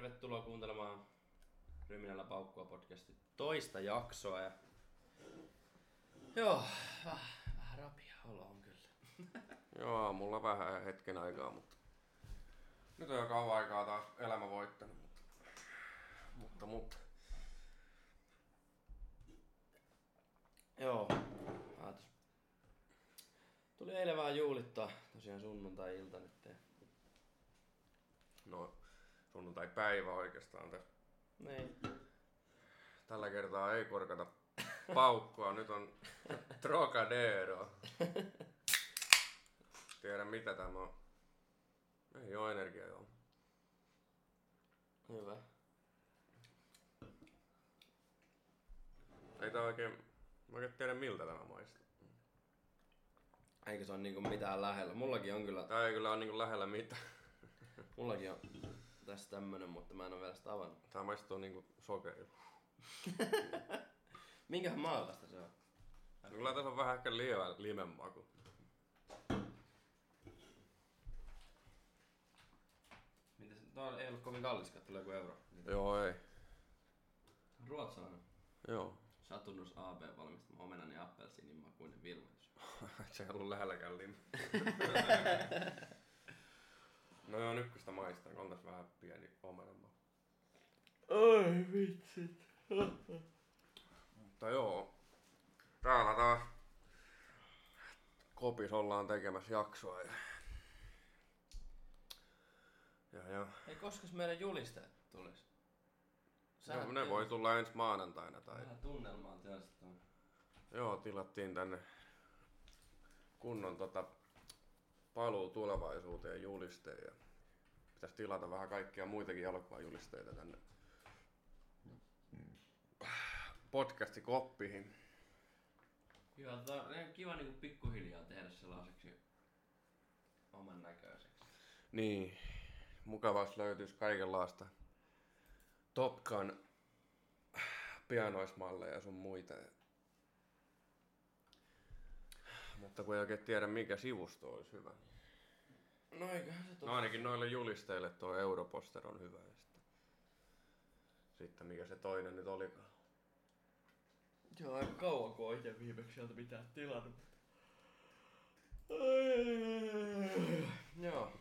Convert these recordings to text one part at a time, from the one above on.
Tervetuloa kuuntelemaan Ryminällä paukkua podcastin toista jaksoa. Ja... Joo, vähän rapia olo on kyllä. Joo, mulla vähän hetken aikaa, mutta nyt on jo kauan aikaa taas elämä voittanut. Mutta. Joo, tuli eilen vähän juulittaa tosiaan sunnuntai-ilta nyt. No, sunnuntai-päivä oikeastaan tässä. Niin. Tällä kertaa ei korkata paukkua, nyt on Trocadero. Tiedä mitä tämä on. Ei oo energiaa joo. Hyvä. Ei tää oikein tiedä miltä tämä maistuu. Eikä se on niinku mitään lähellä. Mullakin on kyllä... Tää ei kyllä ole niinku lähellä mitään. Mullakin on tässä tämmönen, mutta mä en oo vielä sitä avannut. Tää maistuu niinku sokerilla. Minkähän maalasta se on? Kyllä tässä on vähän ehkä limen maku. Mites? No ei ollut kovin kalliskaan, tulee joku euro. Joo, ei. Ruotsalainen. Joo. Saturnus AB valmistama omenan ja appelsiinin makuinen vilmaisuus. Se ei ollut lähelläkään lime. No joo, nyt kun sitä maistaa, on tässä vähän pieni omenan maku. Ai vitsit. Mutta joo, täällä taas kopis ollaan tekemässä jaksoa ja. Ei koskas meidän julisteet tulis? No, ne voi tulla ensi maanantaina tai... Vähän tunnelmaa tietysti. Joo, tilattiin tänne kunnon paluu tulevaisuuteen julisteen ja pitäisi tilata vähän kaikkia muitakin elokuvajulisteita tänne podcastikoppiin. Joo, on kiva niinku pikkuhiljaa tehdä sellaiseksi oman näköiseksi. Niin, mukavasti löytyisi kaikenlaista Top Gun pianoismalleja ja sun muita. Mutta kun ei oikein tiedä mikä sivusto olisi hyvä. No eiköhän se No ainakin noille julisteille tuo Europoster on hyvä. Ja sitten mikä se toinen nyt olikaan. Joo, aika kauan kun on itse viimeksi sieltä mitään tilannut. Joo.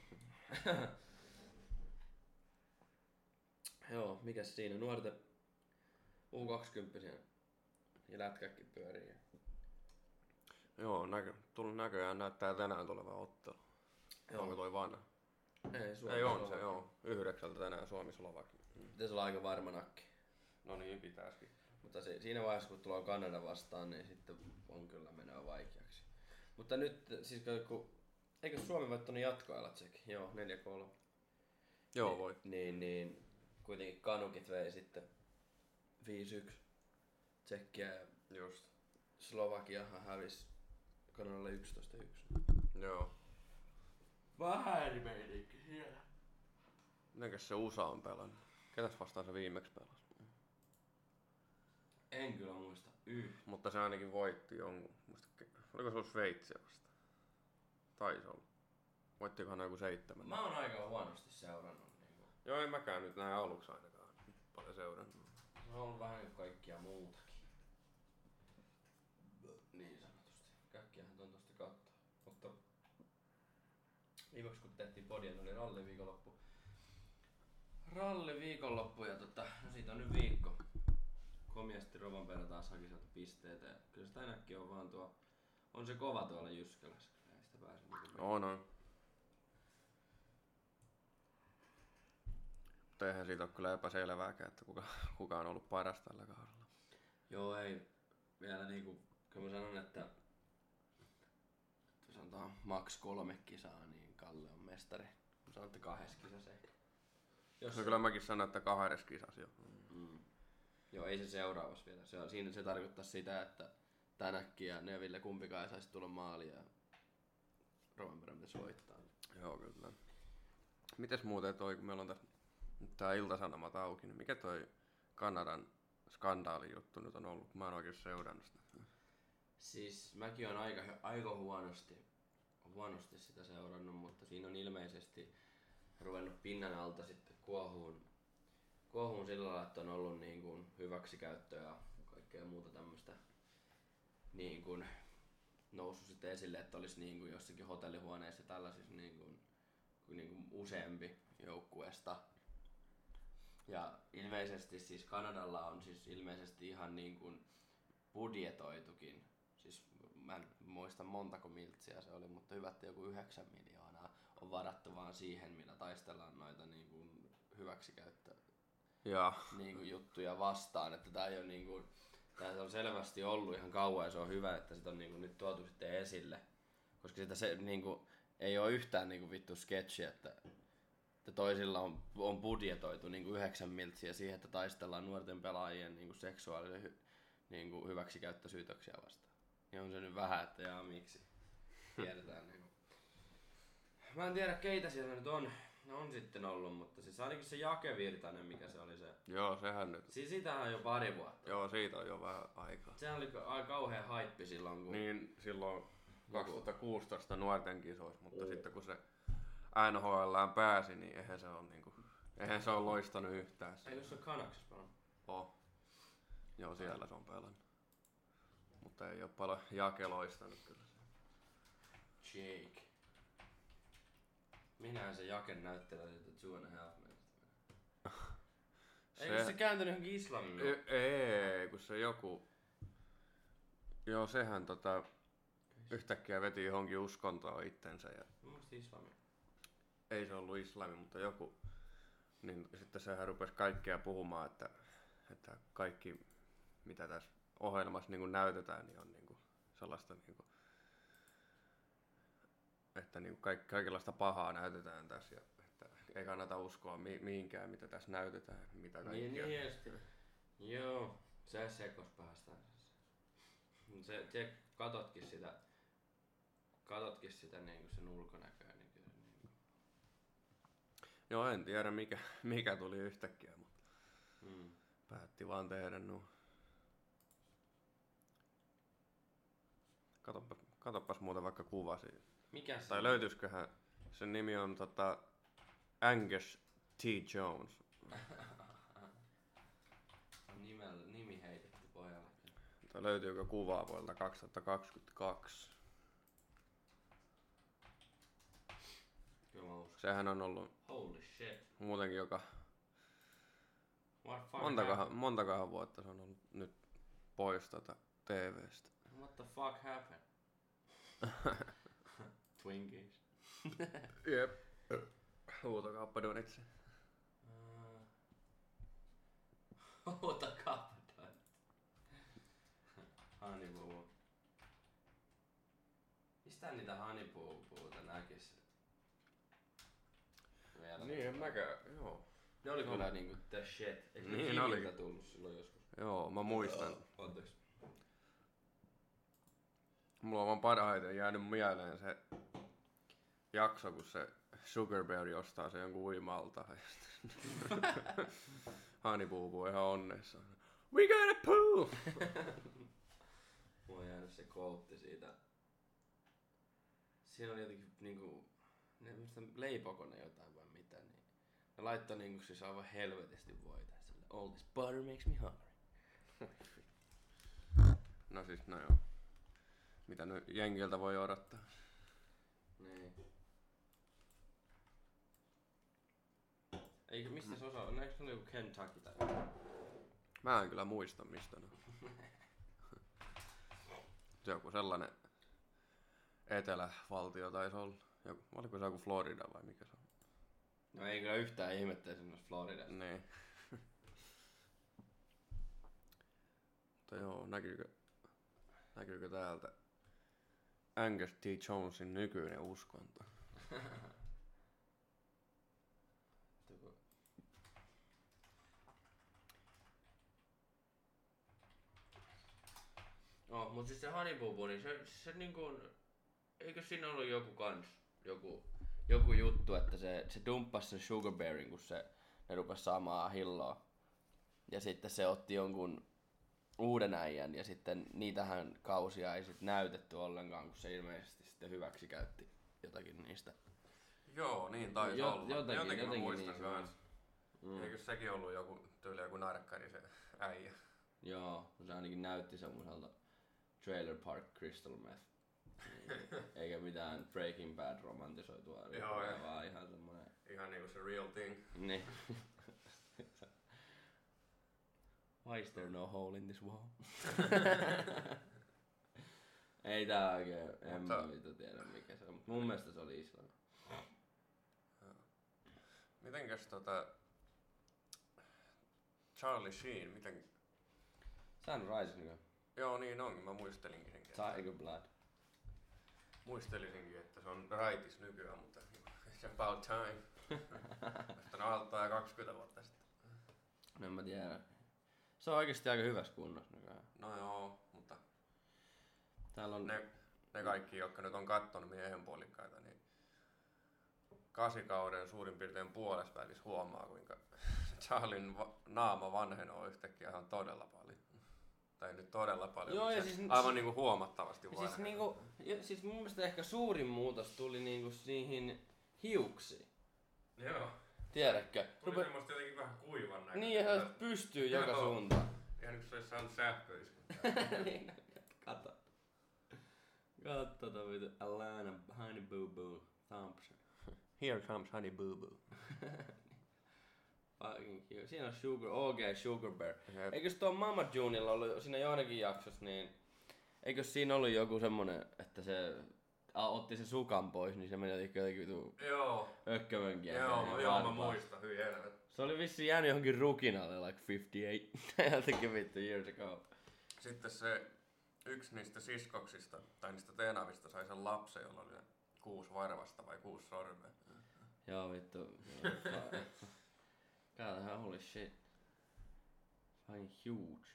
Joo, mikäs siinä? Nuorten U20 ja lätkäkin pyörii. Joo, näköjään näyttää tänään tuleva ottelu. Joo. Onko toi vanha? Ei on se, joo. 9 tänään Suomi-Slovakia. Pitäisi olla aika varma nakki. No niin, pitäisikin. Mutta siinä vaiheessa kun tulee Kanada vastaan, niin sitten on kyllä menoa vaikeaksi. Mutta nyt, siis eikö Suomi voittanut jatkoajalla Tsekin? Joo, 4-3. Joo, voi. Niin, kuitenkin Kanukit vei sitten 5-1 Tsekkiä ja Just. Slovakiahan hävisi Kanadalle 11-1. Joo. Vähän meininki siellä. Mitenkäs se USA on pelannut? Ketäs vastaan se viimeksi pelasi? En kyllä muista Mutta se ainakin voitti jonkun. Oliko se ollut Sveitsiä vastaan? Taisi olla. Voittikohan joku 7? Mä oon aika huonosti seurannut. Niin Joo, en mäkään nyt näin aluksi ainakaan paljon seurannut. se on ollut vähän kuin kaikkia muutakin. Niin sanotusti. Kaikkiahan on tosta katsoa. Mutta viimeksi kun tehtiin podia, niin oli ralliviikonloppu ja no siitä on nyt viikko. Komiasti Rovanperä taas haki sieltä pisteitä ja kyllä sitä enäkin on vaan on se kova tuolla Jyskälässä. Ei sitä pääse On. Mutta eihän siitä ole kyllä epäselvääkään, että kuka on ollut paras tällä kaudella. Joo, ei. Vielä niinku, kyllä mä sanon, että sanotaan max 3 kisaa, niin Kalle on mestari. Mä sanon, että 2 kisassa ehkä. No kyllä mäkin sanon, että 2 kisassa jo. Joo, ei se seuraavassa vielä. Siinä se tarkoittaa sitä, että Tänäkki ja Neville kumpikaan ei saisi tulla maaliin ja Rovanperä pitäisi voittaa. Joo, kyllä. Mites muuten toi, kun meillä on tässä tää Ilta-Sanomat auki, niin mikä toi Kanadan skandaalijuttu nyt on ollut? Mä en oikein seurannut sitä. Siis mäkin on aika huonosti sitä seurannut, mutta siinä on ilmeisesti ruvennut pinnan alta sitten kuohuun kohun sillä lailla, että on ollut niin kuin hyväksikäyttöä ja kaikkea muuta tämmöistä niin kuin noussut sitten esille, että olisi niin kuin jossakin hotellihuoneissa ja tällaisissa niin kuin useampi joukkueesta. Ja ilmeisesti siis Kanadalla on siis ilmeisesti ihan niin kuin budjetoitukin. Siis mä en muista montako miltsiä se oli, mutta hyvä, että joku 9 miljoonaa on varattu vaan siihen, millä taistellaan noita niin kuin hyväksikäyttöä niin kuin juttuja vastaan. Että tää ei ole niin kuin, tää on selvästi ollut ihan kauan ja se on hyvä, että sitä on niin kuin nyt tuotu sitten esille. Koska sitä se niin kuin, ei ole yhtään niin kuin vittu sketchiä, että toisilla on budjetoitu niin kuin 9 miltsiä siihen, että taistellaan nuorten pelaajien niin kuin seksuaalisen niin kuin hyväksikäyttösyytöksiä vastaan. Ja on se nyt vähän, että jaa miksi. Tiedetään. Niin kuin. Mä en tiedä keitä siellä nyt on sitten ollut, mutta siis ainakin se Jake Virtanen, mikä se oli se. Joo, sehän nyt. Siis sitähän on jo pari vuotta. Joo, siitä on jo vähän aikaa. Sehän oli kauhean haippi silloin, kun... Niin, silloin 2016 nuorten kisoissa, mutta sitten kun se NHL:ään pääsi, niin eihän se ole loistanut yhtään. Eikö se ole Canucksissa pelannut? Joo, siellä se on pelannut. Mutta ei ole paljon Jake loistanut kyllä. Jake. Minähän se Jake näyttelee niitä 2.5 Minutes. Eikö se kääntynyt johonkin islamin? Ei, kun se joku... Joo, sehän yhtäkkiä veti johonkin uskontoon itsensä. Ja... Mielestäni islami. Ei se ollut islami, mutta joku... Niin sitten sehän rupesi kaikkea puhumaan, että kaikki mitä tässä ohjelmassa niin kuin näytetään, niin on niin kuin sellaista, niin kuin, että niin kuin kaikenlaista pahaa näytetään tässä ja että ei kannata uskoa mihinkään, mitä tässä näytetään, mitä kaikkea. Niin, joo, se sekos päästään. Se katotkin sitä niin kuin sen ulkonäköä. Niin kuin. Joo, en tiedä mikä tuli yhtäkkiä, mutta päätti vaan tehdä nuo. Katoppas muuten vaikka kuva siitä. Mikä se? Tai löytyisiköhän, sen nimi on Angus T. Jones. Nimi heitetty pojalle. Tai löytyykö kuvaa vuodelta 2022? Kyllä mä uskon. Sehän on ollut Holy shit. muutenkin montakahan vuotta se on ollut nyt pois TV:stä. What the fuck happened? Twinkies. Jep. Huutokauppa Donitsi. Huutokauppa Donitsi. Honeypoo. Mistä niitä honeypoo-puuta näkis? Niin, en mäkään, joo. Ne oli kyllä niinku the shit. Eikö niin ne oli tullut silloin joskus? Joo, mä muistan. Anteeksi. Mulla on vaan parhaiten jäänyt mieleen se jakso, kun se Sugar Bear ostaa sen jonkun uimalta. Honeypoo on ihan onnessaan. We got a pool! Mulla on jäänyt se quote siitä. Siinä oli jotenkin niinku... Leipoiko ne jotain vai mitä, niin... Ne laittoi niinku siis aivan helvetisti voita. Sille, all this butter makes me hungry. No siis, no joo. Mitä nyt jengiltä voi odottaa? Niin. Eikö mistä se osaa? Eikö se oli joku Kentucky tai... Mä en kyllä muista mistä no. Se joku sellainen etelävaltio taisi olla. Oliko se joku Florida vai mikä se on? No ei kyllä yhtään ihmettä sinne Floridassa. Niin. Mutta joo, näkyykö täältä Angus T. Jonesin nykyinen uskonto? No, mutta siis se Honeypoo, niin se niinku... Eikö siinä ollut joku juttu, että se dumppasi sen Sugar Bearin, kun ne rupesi saamaan hilloa. Ja sitten se otti jonkun uuden äijän ja sitten niitähän kausia ei sitten näytetty ollenkaan, kun se ilmeisesti sitten hyväksikäytti jotakin niistä. Joo, niin taisi olla. Jotenkin mä muistan niin kanssa. Eikö sekin ollut joku narkkari se äijä? Joo, se ainakin näytti semmoiselta Trailer Park Crystal Meth. Eikä mitään Breaking Bad romantisoitua. Joo, vaan ihan semmonen... Ihan niinku se real thing. Niin. Why is there no hole in this wall? Ei tää oikein, en mä vittu tiedä mikä se on, mutta mun mielestä se oli Islanti. Mitenkäs Charlie Sheen, miten... Sehän on Rise nykyään. Joo niin onkin, mä muistelinkin senkin. Tiger Blood. Muistelisinkin, että se on raitis nykyään, mutta it's about time. Ostanut altaa 20 vuotta sitten. No en mä tiedä. Se on oikeesti aika hyvässä kunnossa nykyään. No joo, mutta täällä on... Ne kaikki, jotka nyt on kattonut miehen puolikkaita, niin 8 kauden suurin piirtein puolessa välissä huomaa, kuinka Charlin naama vanhenoo yhtäkkiä ihan todella paljon. Tai nyt todella paljon, joo, ja siis, siis, aivan niinku huomattavasti vanhenoo. Siis mun mielestä ehkä suurin muutos tuli niinku siihen hiuksiin. Joo. Tiedätkö? Tuli semmoista jotenkin vähän kuivan näköistä. Niin, ja se pystyy joka suuntaan. Ihan kuin se olisi saanut sähköiskun. Niin, kato. Katso vitu Alana Honey Boo Boo Thompson. Here comes Honey Boo Boo. Fucking cute. Siinä on Sugar Bear. Eikös tuo Mama Junilla ollut siinä joinakin jaksossa, niin eikös siinä ollut joku semmonen, että se otti se sukan pois, niin se meni jotenkin vitu ökkömönkiä. Joo, mä muistan, hyi helvet. Se oli vissiin jäänyt johonkin rukinalle, like 58, jotenkin vittu years ago. Sitten se yksi niistä siskoksista, tai niistä Tenavista sai sen lapsen, jolla oli 6 varvasta vai 6 sormea. Joo vittu. Katsotaan, holy shit. Fucking huge.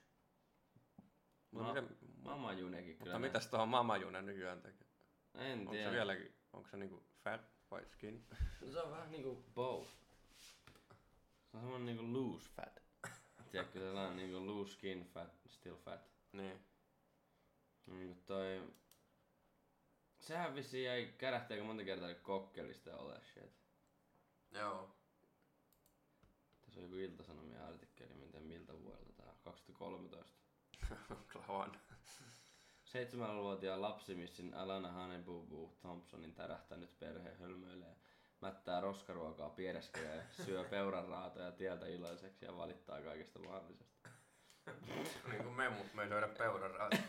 Mama Junekin kyllä. Mutta mitäs tuohon Mama June nykyään tekee? En tiedä. Onko se vieläkin, onko se niinku fat vai skinny? No se on vähän niinku both. Se on semmonen niinku loose fat. Tiedätkö, sellainen niinku loose skin fat, still fat. Niin. Niinku toi... Sehän vissiin jäi kärähti aika monta kertaa kokkelista ja ole shit. Joo. Tässä on joku Ilta-Sanomien artikkeli, miten miltä vuodelta tää on. 2013. Klavan. 7-vuotiaan lapsimissin Alana Honey Boo Boo Thompsonin tärähtänyt perhe hölmöilee, mättää roskaruokaa, piereskelee, syö peuranraatoja tieltä iloiseksi ja valittaa kaikesta mahdollisesta. Niin kuin me, mutta me ei syödä peuranraatoja.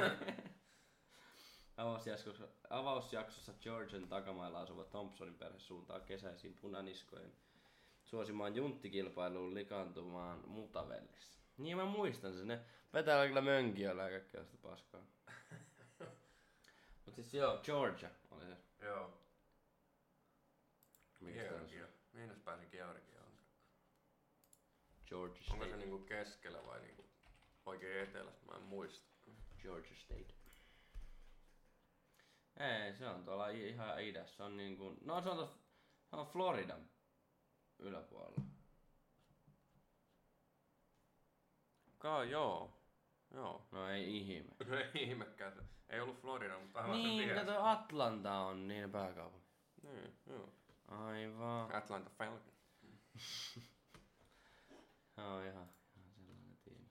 Avausjaksossa Georgian takamailla asuva Thompsonin perhe suuntaa kesäisiin punaniskojen suosimaan junttikilpailuun likaantumaan Mutavellissä. Niin mä muistan sen, ne vetää kyllä mönkiöllä ja kaikkea sitä paskaa. Mut siis joo, Georgia oli se. Joo. Mikä Georgia. Miinäs pääsi Georgiaan? Georgia State. Onko se niinku keskellä vai niinku oikein etelästä? Mä en muista. Georgia State. Ei, se on tuolla ihan idässä. Se on niinku... No se on Floridan yläpuolella. Joo. No ei ihme. No ei ihmekään se. Ei ollut Florida, mutta aivan Niin, sen vieressä. kato Atlanta on niin pääkaupunki. Niin, joo. Aivan. Atlanta Falcon. Joo, ihan sellainen tiimi.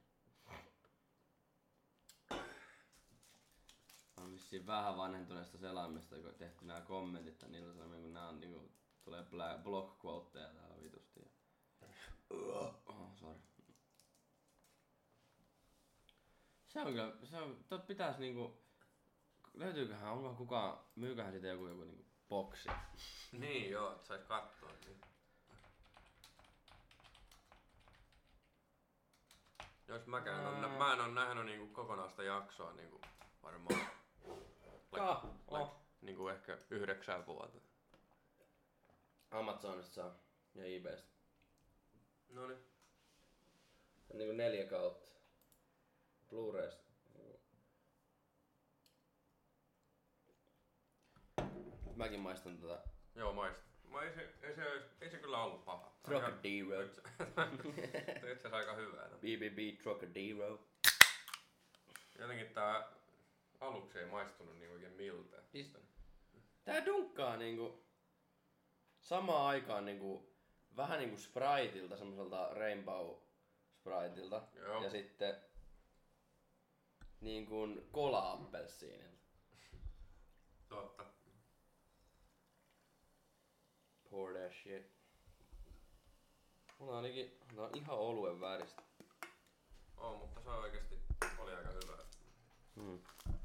On vissiin vähän vanhentuneesta selaimesta, kun tehty nämä kommentit, ja niillä on kun nää on niinku, tulee block quoteja täällä vitusti. Sorry. Se on kyllä, pitäis niinku, löytyyköhän, onko kukaan, myyköhän siitä joku niinku boksi? Niin joo, että sais katsoa. Niin. Jos mä en oo nähnyt niinku kokonaista jaksoa niinku varmaan niinku ehkä 9 vuotta. Amazonista saa ja eBaystä. Noniin. On niinku 4 kautta. Blu-raysta. Mäkin maistan tätä. Joo, maistan. Ei se kyllä ollut paha. Trocadero. Itse asiassa aika hyvää. BBB Trocadero. Jotenkin tää aluksi ei maistunut niin oikein miltään. Tää dunkkaa niinku samaan aikaan niinku vähän niinku Spriteilta, semmoiselta Rainbow Spriteilta. Joo. Ja sitten niin kuin kola-appelsiinilta. Totta. Pour that shit. Mulla on ihan oluen väristä. Mutta se oikeesti oli aika hyvä. Hmm.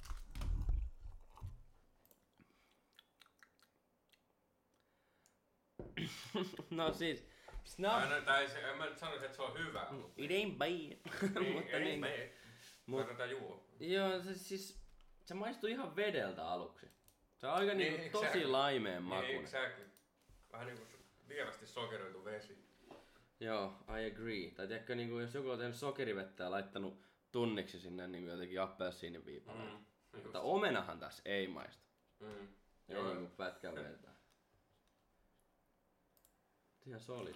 No siis, snap. En mä nyt sanoisi, että se on hyvä. It ain't bad. Mutta niin. Kannattaa juo. Joo, se maistuu ihan vedeltä aluksi. Se on aika niinku tosi laimeen makuinen. Niin, exactly. Vähän niinku lievästi sokeroitu vesi. Joo, I agree. Tai tiedätkö, niinku, jos joku on tehnyt sokerivettä ja laittanut tunniksi sinne niinku jotenkin appelsiiniviipaleita. Mutta omenahan tässä ei maistu. Ei niinku pätkän vetää. Ihan solid.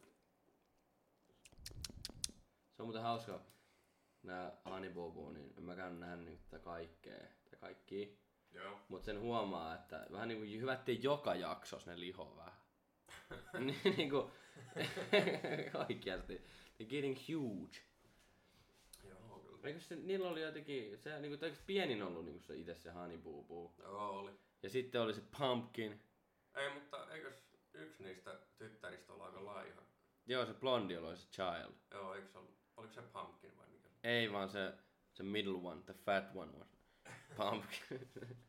Se on muuten hauska, nää Honey Boo Boo, niin en mäkään nähnyt niinku tätä kaikkia. Joo. Mut sen huomaa, että vähän niinku hyvä, ettei joka jaksos ne liho vähän. Niinku oikeasti. They're getting huge. Joo, kyllä. Eikö se, niillä oli jotenkin, se niinku pienin ollut niinku se itse se Honey Boo Boo. Joo, oli. Ja sitten oli se Pumpkin. Ei, mutta eikös yksi niistä tyttäristä olla aika laiha? Joo, se blondi oli se Child. Joo, eikö se ollut? Oliko se Pumpkin vai mikä? Ei vaan se middle one, the fat one was Pumpkin.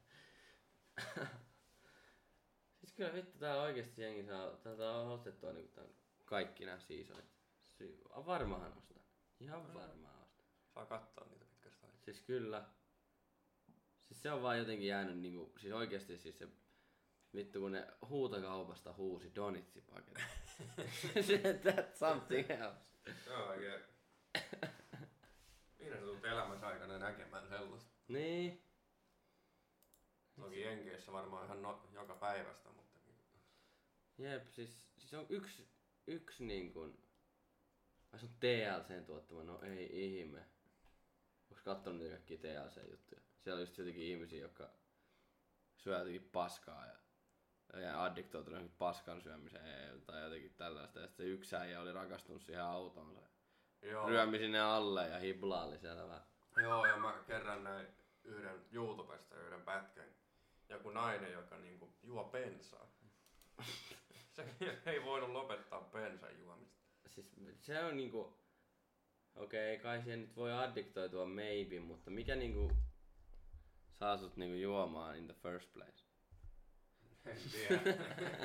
Siis kyllä vittu täällä oikeesti jengi saa, täältä on ostettua niinku kaikki nää seasonit. Varmahan ostan. Ihan varmaan ostan. Saa katsoa niitä pitkästä aikaa. Siis kyllä. Siis se on vaan jotenkin jäänyt niinku, siis oikeesti siis se vittu kun ne huutokaupasta huusi Donitsi-paketin. That's something else. Joo, oikein. Mihin sä tulet elämässä aikana näkemään sellaista? Niin. Toki Jenkeissä varmaan ihan joka päivästä, mutta... Jep, siis on yksi niinkun... Ai se on TLCn tuottama, no ei ihme. Onks kattonut niitä kaikkia TLC-juttuja? Siellä on just jotenkin ihmisiä, jotka syö jotenkin paskaa ja addiktoitunut johonkin paskan syömiseen tai jotenkin tällaista. Ja sitten se yksi äijä oli rakastunut siihen autoonsa. Joo. Ryömi sinne alle ja hiblaali siellä vähän. Joo, ja mä kerran näin yhden YouTubesta yhden pätkän. Joku nainen, joka niinku juo bensaa. Se ei voinut lopettaa bensan juomista. Siis se on niinku... Okei, kai siihen nyt voi addiktoitua maybe, mutta mikä niinku saa sut niinku juomaan in the first place? En tiedä.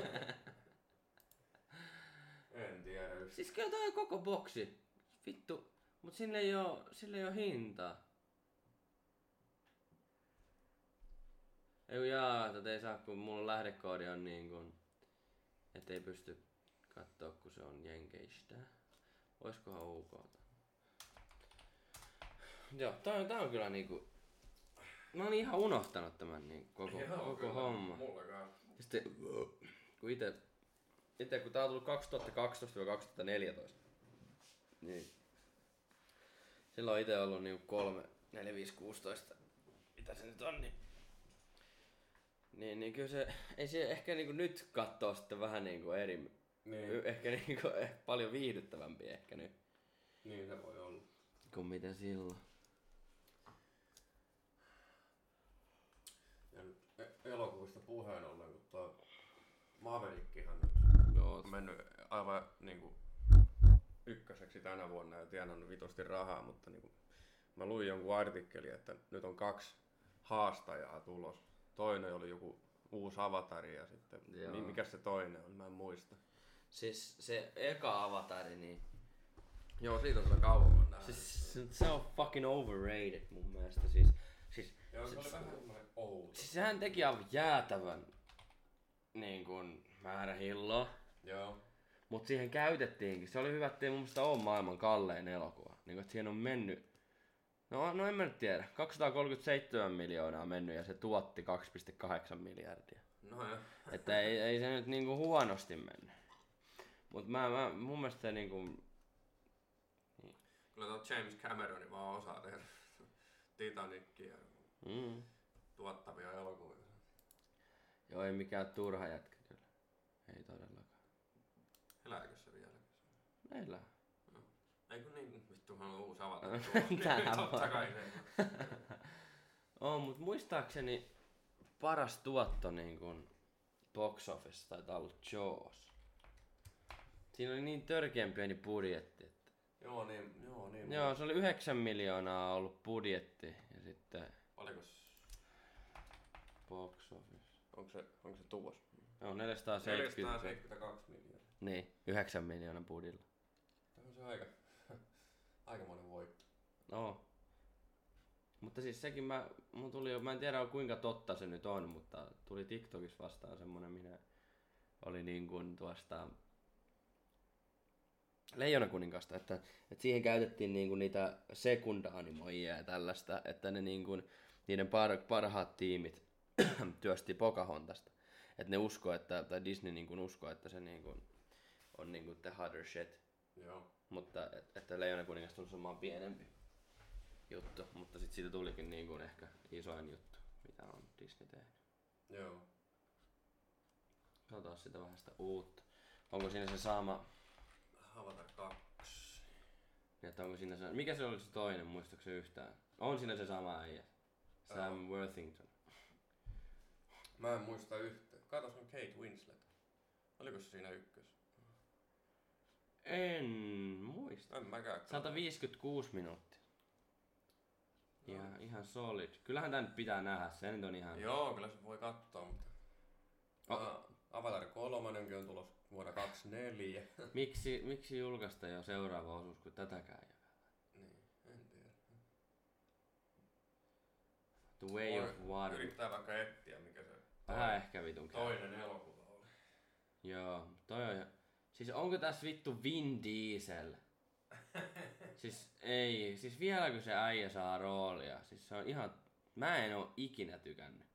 En tiedä. Siis kyllä toi on koko boksi. Vittu. Mut sille ei oo hintaa. Ei kun tätä ei saa, kun mulla lähdekoodi on niin kun... Et ei pysty kattoo, kun se on jenkeistä. Oiskohan ok? Joo, tää on kyllä niinku... Mä olin ihan unohtanut tämän niin koko homma. Mullakaan. Sitten kun tää on tullut 2012-2014, niin silloin ite ollut niinku 3, 4, 5, 16, mitä se nyt on, niin kyllä se, ei se ehkä niinku nyt kattoo sitten vähän niinku eri, Niin. ehkä niinku paljon viihdyttävämpi ehkä nyt. Niin se voi olla. Kuin mitä silloin. Ja elokuvista puheen ollen, kun tuo Maverickihan nyt on mennyt aivan niinku ykköseksi tänä vuonna ja tienannut vitosti rahaa, mutta niinku, mä luin jonkun artikkelin, että nyt on 2 haastajaa tulos. Toinen oli joku uusi avatari ja sitten, mikä se toinen on, mä en muista. Siis se eka avatari, niin... Joo, siitä on kyllä kauan nähnyt. Siis se on fucking overrated mun mielestä. Siis Joo, se oli vähän semmoinen outo. Siis sehän teki aivan jäätävän niin kuin määrä hilloa. Joo. Mut siihen käytettiinkin. Se oli hyvä, ettei mun mielestä oo maailman kallein elokuva. Niin että siihen on mennyt... No en mä nyt tiedä. 237 miljoonaa mennyt ja se tuotti 2,8 miljardia. No joo. Että ei se nyt niinku huonosti mennyt. Mut mun mielestä se niinku... Niin. Kyllä tuo James Cameron vaan osaa tehdä Titanicia tuottavia elokuvia. Joo, ei mikään turha jätkä kyllä. Ei todellakaan. Elääkö se Elää. Ei kun niin, vittuhan on uusi Avatar. Tää Totta kai se. On, mut muistaakseni paras tuotto niin kun box office taitaa ollut Jaws. Siinä oli niin törkeän pieni budjetti. Että... Joo, se oli 9 miljoonaa ollut budjetti ja sitten... Paljonkos? Box office. Onko se tulos? Joo, 470. 472 miljoonaa. Niin, 9 miljoonan budilla. Tämä on se aikamoinen voitto. No. Mutta siis sekin mun tuli, mä en tiedä kuinka totta se nyt on, mutta tuli TikTokissa vastaan semmonen, minä oli niin kuin tuosta Leijonakuningasta, että siihen käytettiin niin kuin niitä sekunda-animoijia ja tällaista, että ne niin kuin, niiden parhaat tiimit työsti Pocahontassta. Että ne uskoo, tai Disney niin kuin uskoo, että se niin kuin on niin kuin the harder shit. Joo. Mutta että Leijonakuningasta on semmoinen pienempi juttu, mutta sitten siitä tulikin niin kuin ehkä isoin juttu, mitä on Disney tehnyt. Joo. Katsotaan sitä vähän sitä uutta. Onko siinä se sama... Avatar 2. Että onko siinä se... Mikä se oli se toinen, muistatko yhtään? On siinä se sama äijä. Sam Worthington. Mä en muista yhtään. Katos on Kate Winslet. Oliko se siinä ykkös? En muista. En mäkään. 156 minuuttia. Ihan solid. Kyllähän tää nyt pitää nähdä, se nyt on ihan... Joo, kyllä se voi katsoa, mutta... Avatar 3 on tulossa vuonna 2024. Miksi julkaista jo seuraava osuus, kun tätäkään ei ole? Niin, en tiedä. The Way of Water. Yrittää vaikka etsiä, mikä se... Vähän ehkä vitun käy. Toinen elokuva oli. Joo, toi on... Siis onko tässä vittu Vin Diesel? Siis ei, siis vieläkö se äijä saa roolia? Siis se on ihan... Mä en oo ikinä tykännyt.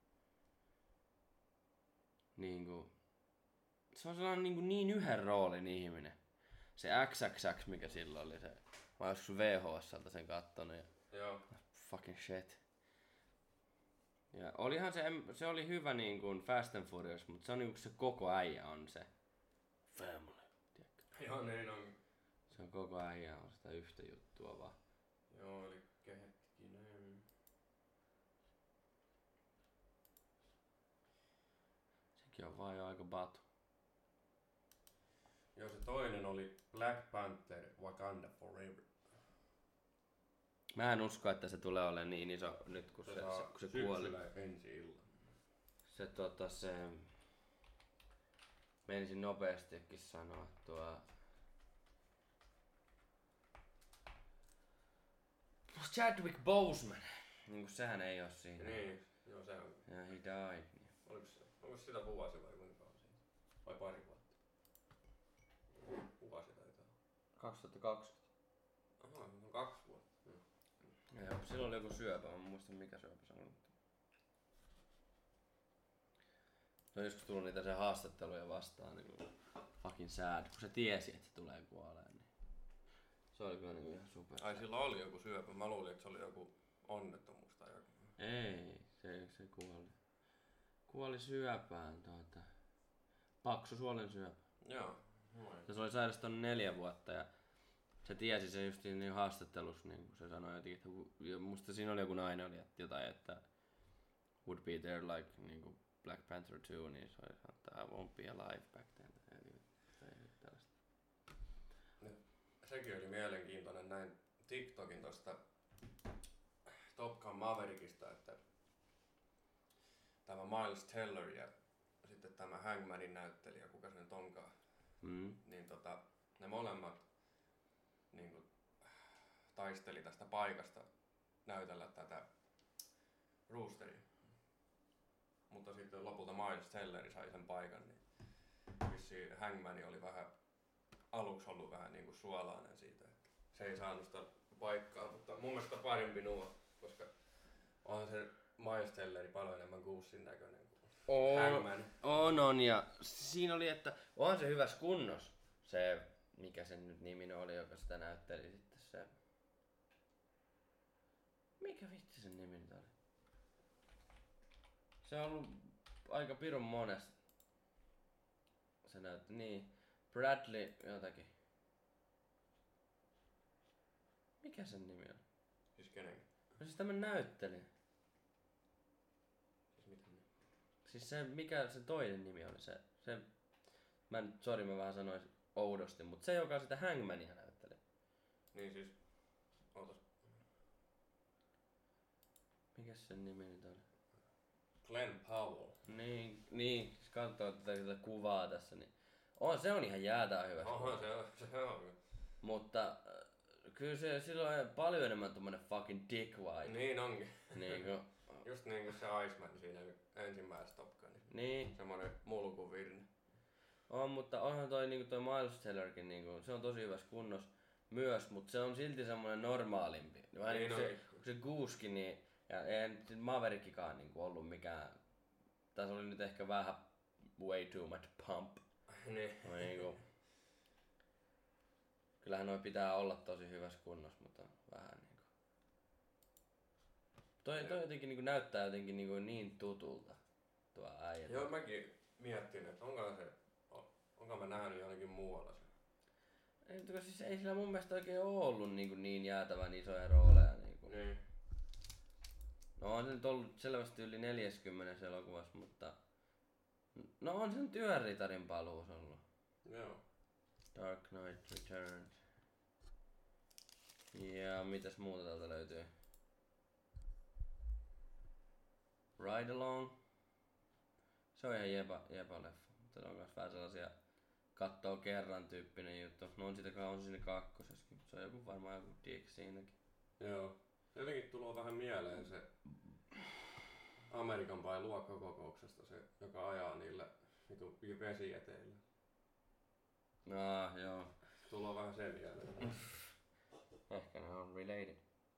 Niinku... Se on sellainen niin yhden roolin ihminen. Se XXX, mikä silloin oli se... Mä oon joskus VHS:ltä sen kattonut ja... Joo. Fucking shit. Ja olihan se oli hyvä niin kuin Fast and Furious, mutta se on niinku se koko äijä on se family, tiedätkö? Joo, niin on. Se on koko äijä on sitä yhtä juttua vaan. Joo, eli hetkinen. Sekin on vaan jo aika batu. Joo, se toinen oli Black Panther Wakanda Forever. Mä en usko, että se tulee olemaan niin iso nyt, kun se kuoli. Ensi illan. Se menisin nopeastikin sanoa Chadwick Boseman. Niin kuin sehän ei oo siinä. Niin, joo se on. Ja he died. Niin. Onko sitä vuosi vai kuinka on siinä? Vai pari vuotta? Vuosi taitaa. 2020. Aha, on 2 vuotta. Joo, silloin oli joku syöpä, mä en muista mikä syöpä se oli. Se on joskus tullut niitä se haastatteluja vastaan niin fucking sad, kun se tiesi, että se tulee kuoleen. Niin. Se oli kyllä niin ihan super. Ai silloin oli joku syöpä, mä luulin, että se oli joku onnettomuus tai joku. Ei, se kuoli. Kuoli syöpään paksusuolen syöpä. Joo. Se oli sairastunut 4 vuotta ja se tiesi se just niin haastattelussa, niin kun se sanoi jotenkin, että musta siinä oli joku nainen oli jotain, että would be there like niin kuin Black Panther 2, niin se oli sanonut, että I won't be alive back then. Tällaista. No, sekin oli mielenkiintoinen näin TikTokin tosta Top Gun Maverickista, että tämä Miles Teller ja sitten tämä Hangmanin näyttelijä, kuka se nyt onkaan, niin ne molemmat niin kuin, taisteli tästä paikasta näytellä tätä Roosteria. Mutta sitten lopulta Miles Telleri sai sen paikan, niin vissiin Hangman oli aluksi ollut vähän niin kuin suolainen siitä, että se ei saanut sitä paikkaa, mutta mun mielestä parempi nuo, koska on se Miles Telleri paljon enemmän Goosein näköinen kuin Hangman. On, ja siinä oli, että onhan se hyvässä kunnossa, se mikä sen nyt nimi oli, joka sitä näytteli sitten se... Mikä vitsi sen nimi nyt oli? Se on ollut aika pirun monesta. Se näytti niin. Bradley jotakin. Mikä sen nimi on? Siis kenen? No siis tämä näyttelijä. Siis mitä ne? Siis se, mikä se toinen nimi oli, se mä vähän sanoin oudosti, mutta se joka sitä Hangmania näytteli. Niin siis, ootas. Mikäs sen nimi nyt oli? Glenn Powell. Niin, siis katsoo tätä kuvaa tässä, niin se on ihan jäätää hyvä. Oho, se on. Mutta kyllä sillä on paljon enemmän tommonen fucking dick vibe. Niin onkin. Niinku, Just niin kuin se Iceman siinä ensimmäisessä Top Gunissa. niin. Semmonen mulkuvirne. On, mutta onhan toi Miles Tellerkin, se on tosi hyvässä kunnossa myös, mutta se on silti semmoinen normaalimpi. Vähän niin kuin se Gooskin, niin, ja eihän Maverickikaan ollut mikään, tässä oli nyt ehkä vähän way too much pump. Niin. Kyllähän noi pitää olla tosi hyvässä kunnossa, mutta vähän niinku. Toi jotenkin näyttää jotenkin niin tutulta, tuo äijä. Joo, mäkin miettin, että onko mä nähnyt jonnekin muualla sen. Ei sillä mun mielestä oikein oo ollut niin jäätävän isoja rooleja. Niin. No on se nyt ollut selvästi yli 40 elokuvassa, mutta no on se nyt Yöritarin paluus ollut. Joo. Dark Knight Returns. Ja mitäs muuta täältä löytyy? Ride Along. Se on ihan jepa leffa. Mutta on myös vähän sellaisia kattoo kerran tyyppinen juttu. No on siinä kakkosessakin, mutta se on varmaan joku dick siinäkin. Joo. Jotenkin tulee vähän mieleen se Amerikan Pie luokkakokouksesta, se joka ajaa niillä vesijäteillä. Joo. Tulee vähän sen mieleen. Ehkä ne on related.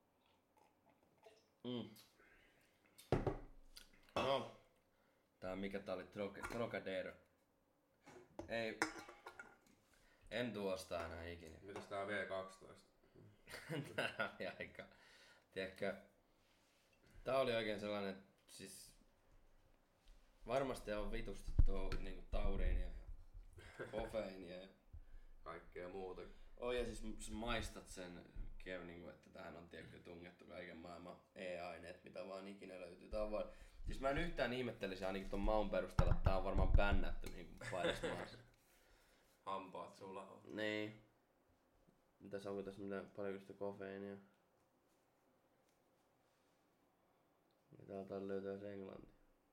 No. Mikä tää oli? Trocadero. Ei. En tuosta enää ikinä. Mitäs tää V12? Tää oli aika. Tiedätkö? Tää oli oikein sellainen, siis varmasti on vitusti tuo niinku tauriinia ja kofeiinia ja kaikkea muuta. ja siis maistat sen niinku, että tähän on tietysti tungettu kaiken maailman e-aineet, mitä vaan ikinä löytyy. Tää on vaan, siis mä en yhtään ihmettelisi ainakin ton maun perusteella, että tää on varmaan bännätty niinku paidassa maassa. Hampaat sulla on. Niin. Mitäs onko tässä paljonko sitä kofeiinia? Täältä löytää se Englanti.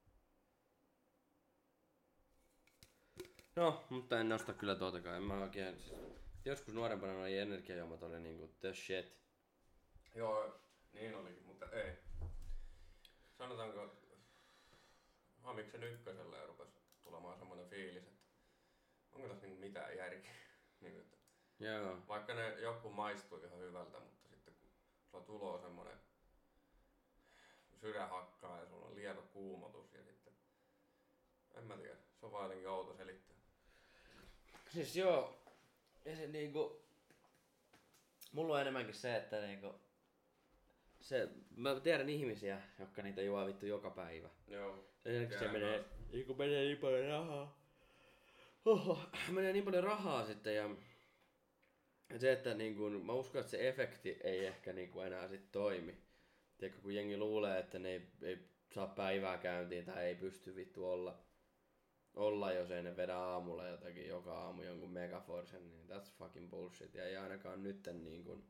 No, mutta en nosta kyllä tuotakaan. En mä oikein, siis, joskus nuorempana noi energiajuomat oli niinku the shit. Joo, niin olikin, mutta ei. Sanotaanko Amiksen ykkösellä rupesi tulemaan semmoinen fiilis, että onko tässä niinku mitään järkeä. Niin, että Joo. vaikka ne joku maistuu ihan hyvältä, mutta sitten kun sulla tulee semmoinen sydän hakkaa ja sulla on lievä kuumotus ja sitten en mä tiedä, se on vaan jotenkin outo selittää. Siis joo, ja se niinku, mulla on enemmänkin se, että niinku, mä tiedän ihmisiä, jotka niitä juo vittu joka päivä. Joo. Se menee niin paljon rahaa. Menee niin paljon rahaa sitten ja se, että niinku, mä uskon, että se efekti ei ehkä niinku enää sit toimi. Tiedätkö, kun jengi luulee, että ne ei saa päivää käyntiin tai ei pysty vittu olla jos ei ne vedä aamulla jotakin joka aamu jonkun megaforcen, niin that's fucking bullshit. Ja ei ainakaan nytten niinku.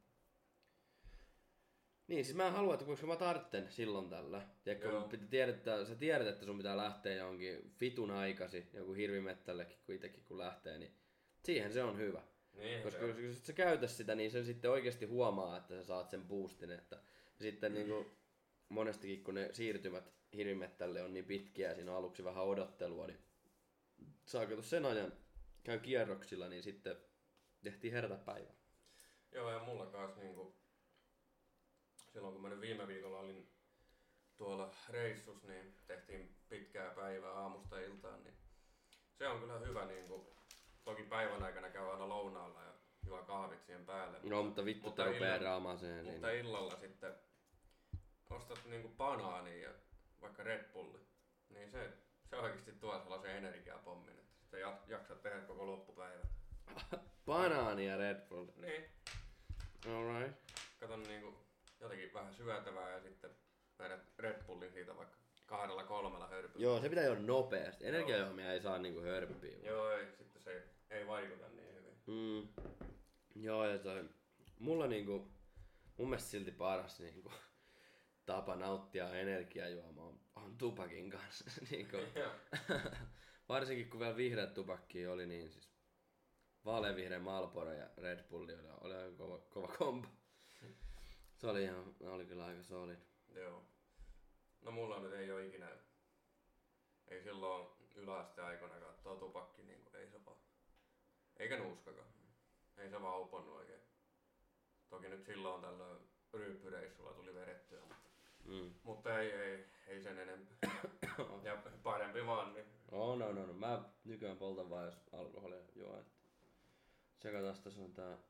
Niin, siis mä en halua, että koska mä tartten silloin tällä. Tiedätkö, sä tiedät, että sun pitää lähteä johonkin vitun aikasi, joku hirvimettällekin kun itekin kun lähtee, niin siihen se on hyvä. Niin, koska jos sä käytä sitä, niin sen sitten oikeasti huomaa, että sä saat sen boostin. Että sitten niinku monestikin kun ne siirtymät hirvimettälle on niin pitkiä ja siinä on aluksi vähän odottelua, niin saa kato sen ajan käy kierroksilla, niin sitten tehtiin herätä päivää. Joo, ja mulla kanssa niinku silloin kun mä nyt viime viikolla olin tuolla reissus, niin tehtiin pitkää päivää aamusta iltaan, niin se on kyllä hyvä niinku. Toki päivän aikana käy aina lounaalla ja juo kahvit siihen päälle. No, mutta vittu te rupee raamaan sen. Mutta illalla sitten ostat niinku banaania ja vaikka Red Bulli, niin se oikeesti tuo sellaisen energiapommin, että sitten jaksat tehdä koko loppupäivän. Banaania Red Bull. Niin. Alright. katon niinku jotenkin vähän syötävää ja sitten vedät Red Bullin siitä vaikka 2-3 hörpyllä. Joo, se pitää juoda nopeasti. Energiajuomia ei saa niinku hörppiä. Joo, ei, sitten se ei vaikuta niin hyvin. Joo, ja mulla niinku, mun mielestä silti paras niinku, tapa nauttia energiajuomaa on tupakin kanssa. niinku, varsinkin kun vielä vihreät tupakkia oli, niin siis vaaleanvihreä Marlboro ja Red Bulli oli aika kova kombo. Se oli kyllä aika solid. Joo. No mulla nyt ei oo ikinä, ei silloin yläasteaikoinakaan tuo tupakki, niin ei se vaan, eikä nuuskakaan. Ei se vaan uponnut oikein. Toki nyt silloin tällöin ryyppyreissulla tuli vedettyä, mutta ei sen enempää. Ja parempi vaan. Niin. No. Mä nykyään poltan vaan jos alkoholia juo. Että tsekataan tässä on tää.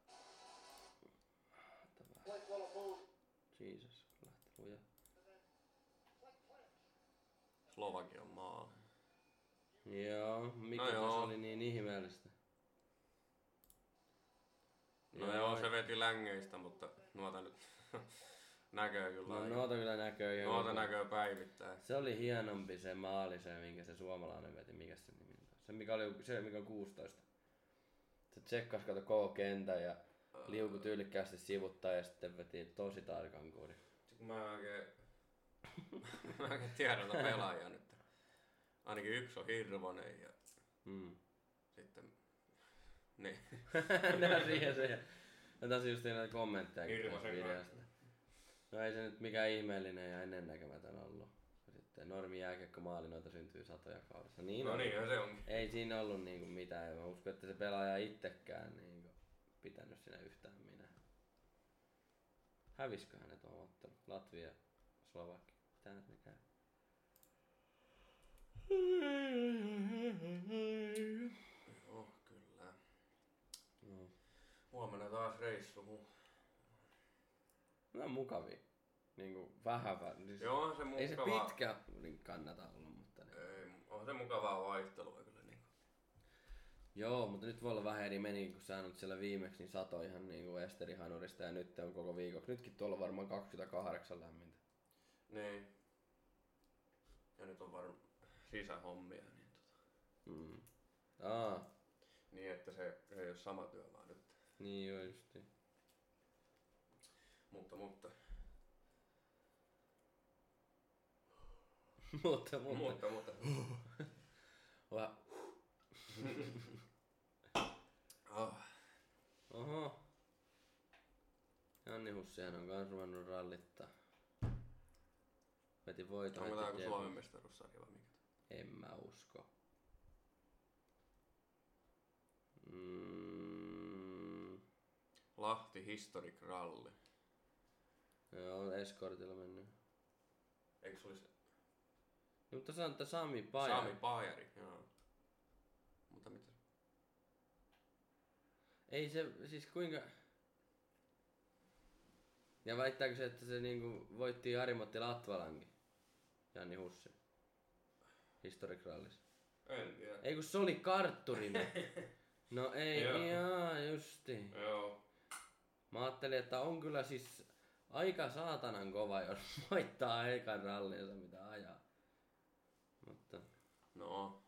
Jesus, lähti luja. Slovakian maali. Joo, mikä tässä oli niin ihmeellistä? No joo, se veti längeistä, mutta nuota nyt näköö kyllä. No noita kyllä näköö. Nuota näköö päivittäin. Se oli hienompi se maali, se minkä se suomalainen veti. Mikä se nimi on? Se mikä on 16. Se tsekkas kato koko kentän ja liuku tyylikkäästi sivuttaa ja sitten veti tosi tarkan kurin. Mä oikein tiedän tätä pelaajaa nyt. Ainakin yksi on Hirvonen ja sitten niin. Nää siihen se. Ja tässä just näitä kommentteja videosta. No ei se nyt mikään ihmeellinen ja ennennäkemätön ollut. Sitten normi jääkiekkomaalinoita syntyy satoja kaudessa. Niin no niinhän se onkin. Ei siinä ollut niinku mitään. Mä uskon, että se pelaaja itsekään niinku pitänyt siinä yhtään minä. Hävisköhän ne tuon ottelu? Latvia, Slovakia. Mitähän ne käy? Joo, kyllä. No. Huomenna taas reissu. No mukavia. Niinku vähän. Siis joo, se mukava. Ei se pitkä niin kannata olla, mutta niin. Ei, on se mukavaa vaihtelua kyllä niinku. Joo, mutta nyt voi olla vähän eri meni, kun sä nyt siellä viimeksi niin sato ihan niinku Esterihanurista ja nyt on koko viikoksi. Nytkin tuolla on varmaan 28 lämmintä. Niin. Ja nyt on varmaan sisähommia. Niin Niin, että se ei ole sama työ vaan nyt. Niin joo, justiin. Mutta. Oho. Janni Hussihan on kans ruvennut rallittaa. Veti voiton. Onko tää joku Suomen mestaruussarja vai mikä? En mä usko. Lahti Historic Rally. Joo, eskortilla mennyt. Eikö se olisi? No, mutta se on tää Sami Pajari. Sami Pajari, joo. Mutta mitä? Ei se, siis kuinka... Ja väittääkö se, että se niinku voitti Ari-Matti Latvalankin? Janni Hussi. Historic Rallissa. En tiedä. Ei kun se oli kartturina. No ei, jaa, justi. Joo. Mä ajattelin, että on kyllä siis aika saatanan kova, jos voittaa ekan rallinsa mitä ajaa. Mutta... No.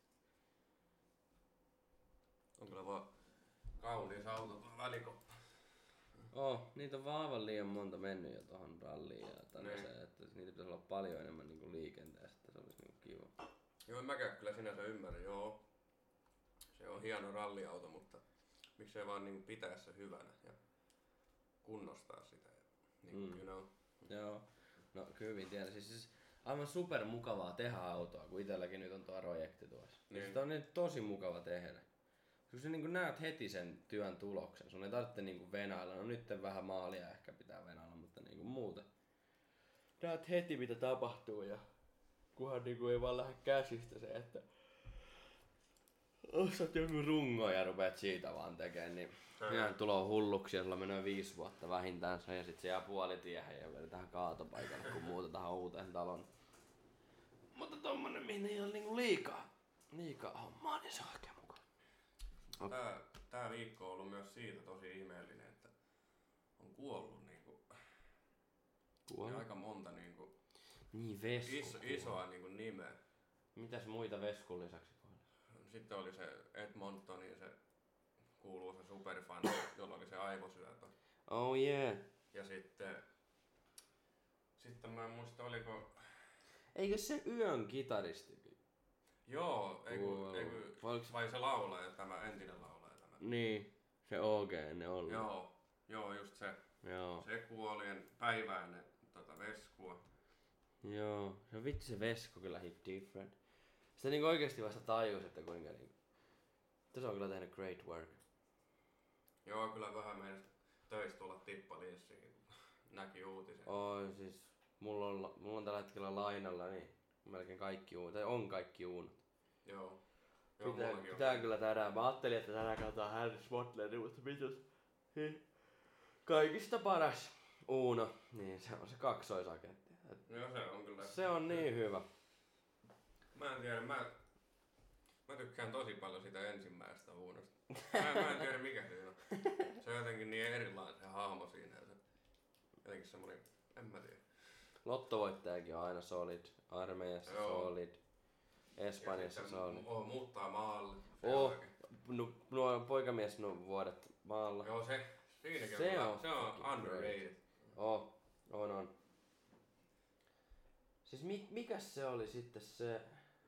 On kyllä vaan kaunis auto tuo välikoppa. Niitä on vaan aivan liian monta mennyt jo tohon ralliin ja tällaiseen, että niitä pitäisi olla paljon enemmän niinku liikenteessä, että se olisi niinku kiva. Joo, en mäkään kyllä sinänsä ymmärrä, joo. Se on hieno ralliauto, mutta miksei vaan niinku pitää se hyvänä ja kunnostaa sitä. Niin, you know. Joo, no kyllä hyvin tiedän. Siis aivan super mukavaa tehdä autoa, kun itselläkin nyt on tuo projekti tuossa. Niin. Sitä on nyt tosi mukava tehdä. Kun sä niin näet heti sen työn tuloksen, sun ei tarvitse niin venailla. No nyt vähän maalia ehkä pitää venailla, mutta niin muuta. Näet heti mitä tapahtuu ja kunhan niin ei vaan lähde käsistä se, että ostat jonkun rungon ja rupeat siitä vaan tekemään, niin ihan tulee hulluksi ja sulla menee 5 vuotta vähintään se ja sit se jää puolitiehen ja vedetään kaatopaikalle kun muutetaan uuteen talon. Mutta tommonen mihin ei ole niinku liikaa hommaa, niin se on oikein mukava. Tää viikko on ollut myös siitä tosi ihmeellinen, että on kuollut niinku Ja aika monta niinku Niin, Vesku. isoa niinku nimeä. Mitäs muita Veskun lisäksi kohdalla? Sitten oli se Edmontonin se kuuluisa superfan, jolla oli se aivosyöpä. Oh yeah. Ja sitten mä en muista oliko... Eikö se Yön kitaristi? Joo, vai se laulaja, tämä entinen laulaja tämä. Niin, se OG ne oli. Joo, just se. Joo. Se kuolien päiväinen Veskua. Joo, se vitsi se Vesku kyllä hit different. Sitä niinku oikeesti vasta tajus, että kuinka niinku... Se on kyllä tehnyt great work. Joo, kyllä vähän meidän töistä tulla tippaliissiin, kun näki uutisen. Oi siis, mulla on tällä hetkellä lainalla niin melkein kaikki uunat, tai on kaikki uunat. Joo. Pitää kyllä tänään. Mä ajattelin, että tänään katsotaan Harris Butleri, mutta mitäs? Kaikista paras uuno, niin se on se kaksoisaketti. Joo, se on kyllä. Se on niin hyvä. Mä en tiedä, mä tykkään tosi paljon sitä ensimmäisestä uunosta. Mä en tiedä mikä siinä on. Se on jotenkin niin erilainen se hahmo siinä. Ja se jotenkin semmonen, en mä tiedä. Lottovoittajakin on aina solid. Armeijassa solid. Espanjassa solid. Muuttaa maalle. Nuo poikamies vuodet maalla. Joo, siinäkin se on underrated. On. Siis mikäs se oli sitten se...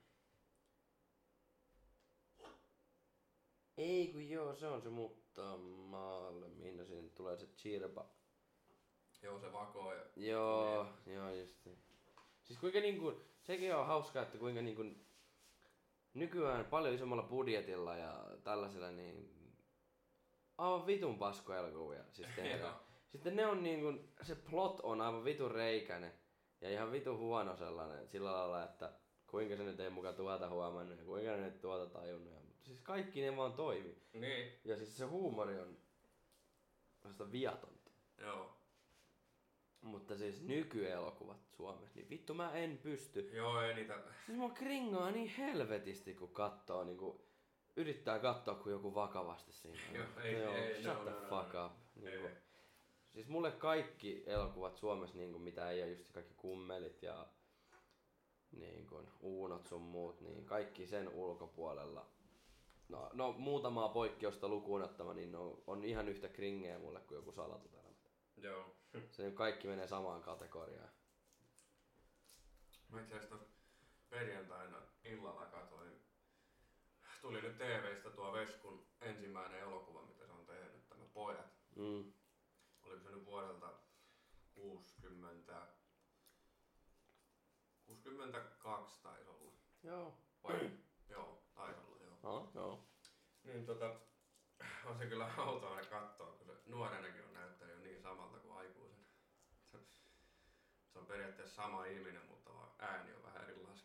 Ei kun joo, se on se muuttaa maalle, mihin siinä tulee se chirpa. Joo, se vakoo ja... Joo, just niin. Siis kuinka niinku, sekin on hauskaa, että kuinka niinku nykyään paljon isommalla budjetilla ja tällaisella niin aivan vitun paskoelokuvia siis tehdään. Sitten ne on niinku, se plot on aivan vitun reikäinen ja ihan vitun huono sellainen sillä lailla, että kuinka se nyt ei muka tuota huomannut ja kuinka ne nyt tuota tajunnut. Mutta siis kaikki ne vaan toimii. Niin. Ja siis se huumori on sellaista viatonta. Joo. Mutta siis nykyelokuvat Suomessa, niin vittu mä en pysty. Joo, ei niitä... Siis mua kringaa niin helvetisti, kun kattoo niinku... Yrittää katsoa, kun joku vakavasti siinä. Ei, shut the fuck up. Niinku. Siis mulle kaikki elokuvat Suomessa, niinku, mitä ei ole just kaikki kummelit ja niinku, uunot sun muut, niin kaikki sen ulkopuolella. No muutamaa poikkeusta lukuun ottama, niin on ihan yhtä kringeä mulle kuin joku Salatut elämät. Joo. Se kaikki menee samaan kategoriaan. Mä itse asiassa tuossa perjantaina illalla katsoin. Tuli nyt TV:stä tuo Veskun ensimmäinen elokuva, mitä se on tehnyt, tämä Pojat. Oliko se nyt vuodelta 62 taisi olla. Joo. Joo, taisi olla, joo. Niin on se kyllä autoa katsoa, kun se nuorenakin on näyttänyt jo niin samalta kuin aikuisen. Se on periaatteessa sama ihminen, mutta vaan ääni on vähän erilainen.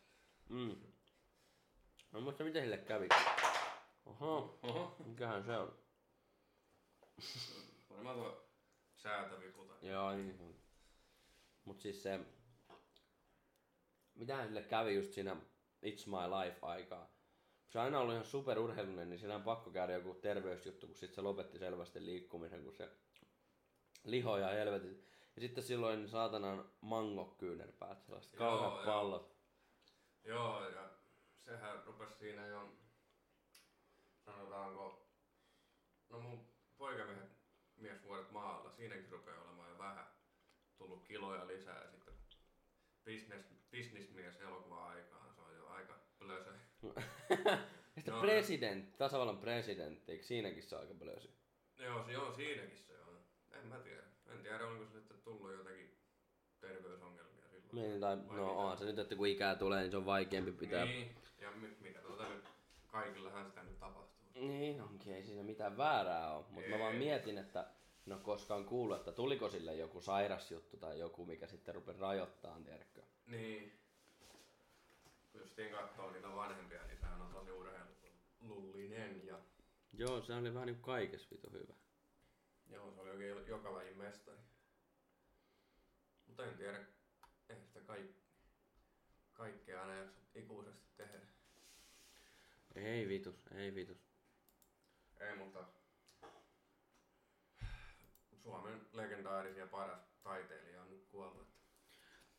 No mutta miten sille kävi? Oho. Mikähän se on? Varmaan tuo säätöviputa. Joo, niin. Mut siis se... Mitähän sille kävi just siinä It's My Life-aikaa? Se on aina ollut ihan superurheilunen, niin siinä on pakko käydä joku terveysjuttu, kun sit se lopetti selvästi liikkumisen, kun se liho ja helvetit. Ja sitten silloin saatanan mangokyynärpäät, sellaiset kauheat pallot. Joo, ja sehän rupesi siinä jo, sanotaanko, no mun poikamiesvuodet maalla, siinäkin rupeaa olemaan jo vähän tullut kiloja lisää ja sitten businessmies elokuva-aikaan, se on jo aika plösö. Ja sitten tasavallan presidentti, eikö siinäkin se aika plösy? Joo, siinäkin se on. En mä tiedä. En tiedä, onko se sitten tullut jotakin terveysongelmia silloin. Niin, tai onhan se nyt, että kun ikää tulee, niin se on vaikeampi pitää. Niin, ja mitä nyt, kaikillahan sitä nyt tapahtuu. Niin onkin, ei siinä mitään väärää ole, mutta mä vaan mietin, että no koskaan kuullut, että tuliko sille joku sairasjuttu tai joku, mikä sitten rupesi rajoittaa, tiedätkö? Niin. Kun justiin katsoo niitä vanhempia, niin sehän on tosi urheilullinen ja... Joo, se oli vähän niin kuin kaikessa vitu hyvä. Joo, se oli oikein joka lajin mestari. Mutta en tiedä, eihän sitä kaikkea aina jaksa ikuisesti tehdä. Ei vitus. Ei, mutta Suomen legendaarisia paras taiteilija on nyt kuollut.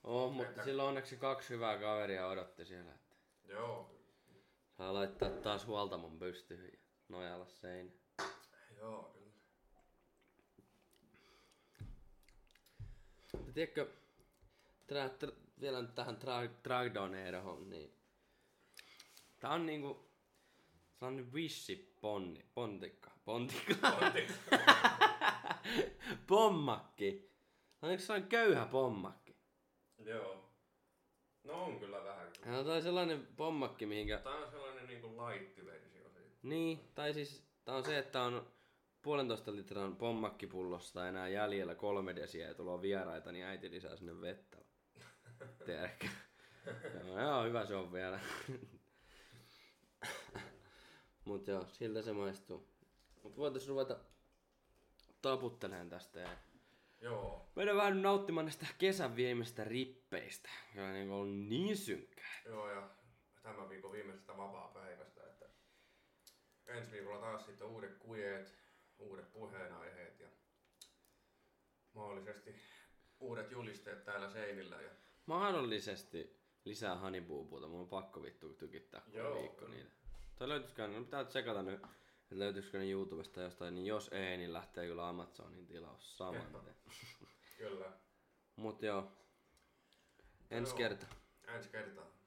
mutta silloin onneksi 2 hyvää kaveria odotti siellä. Että Joo. saa laittaa taas huoltamon pystyyn ja nojalla seinään. Joo, kyllä. Tiedätkö, vielä nyt tähän Dragdoneerohon, niin tää on niinku sellainen pontikka. Pommakki. Tää on yksi sellainen köyhä pommakki. Joo. No on kyllä vähän. Ja tää on sellainen pommakki, mihinkä... Tää on sellainen niinku light-versio siitä. Niin, tai siis tää on se, että on 1,5 litran pommakkipullosta enää jäljellä 3 desiä ja tulee vieraita, niin äiti lisää sinne vettä. Tiedätkö? Joo, hyvä se on vielä. Mut joo, siltä se maistuu. Mut voitais ruveta taputtelemaan tästä ja Joo. meidän vähän nauttimaan näistä kesän viimeistä rippeistä, joilla on ollut niin synkkää. Joo, ja tämän viikon viimeisestä vapaa-päivästä, että ensi viikolla taas sitten uudet kujeet, uudet puheenaiheet ja mahdollisesti uudet julisteet täällä seinillä. Ja... Mahdollisesti lisää hanipuupuuta, mun on pakko vittu tykittää koko viikko niitä. Tai löytyisikö ne, pitää tsekata nyt, että löytyisikö ne YouTubesta jostain, niin jos ei, niin lähtee kyllä Amazonin tilaus saman tien. Kyllä. Mut joo, ensi kertaa. Ensi kertaa.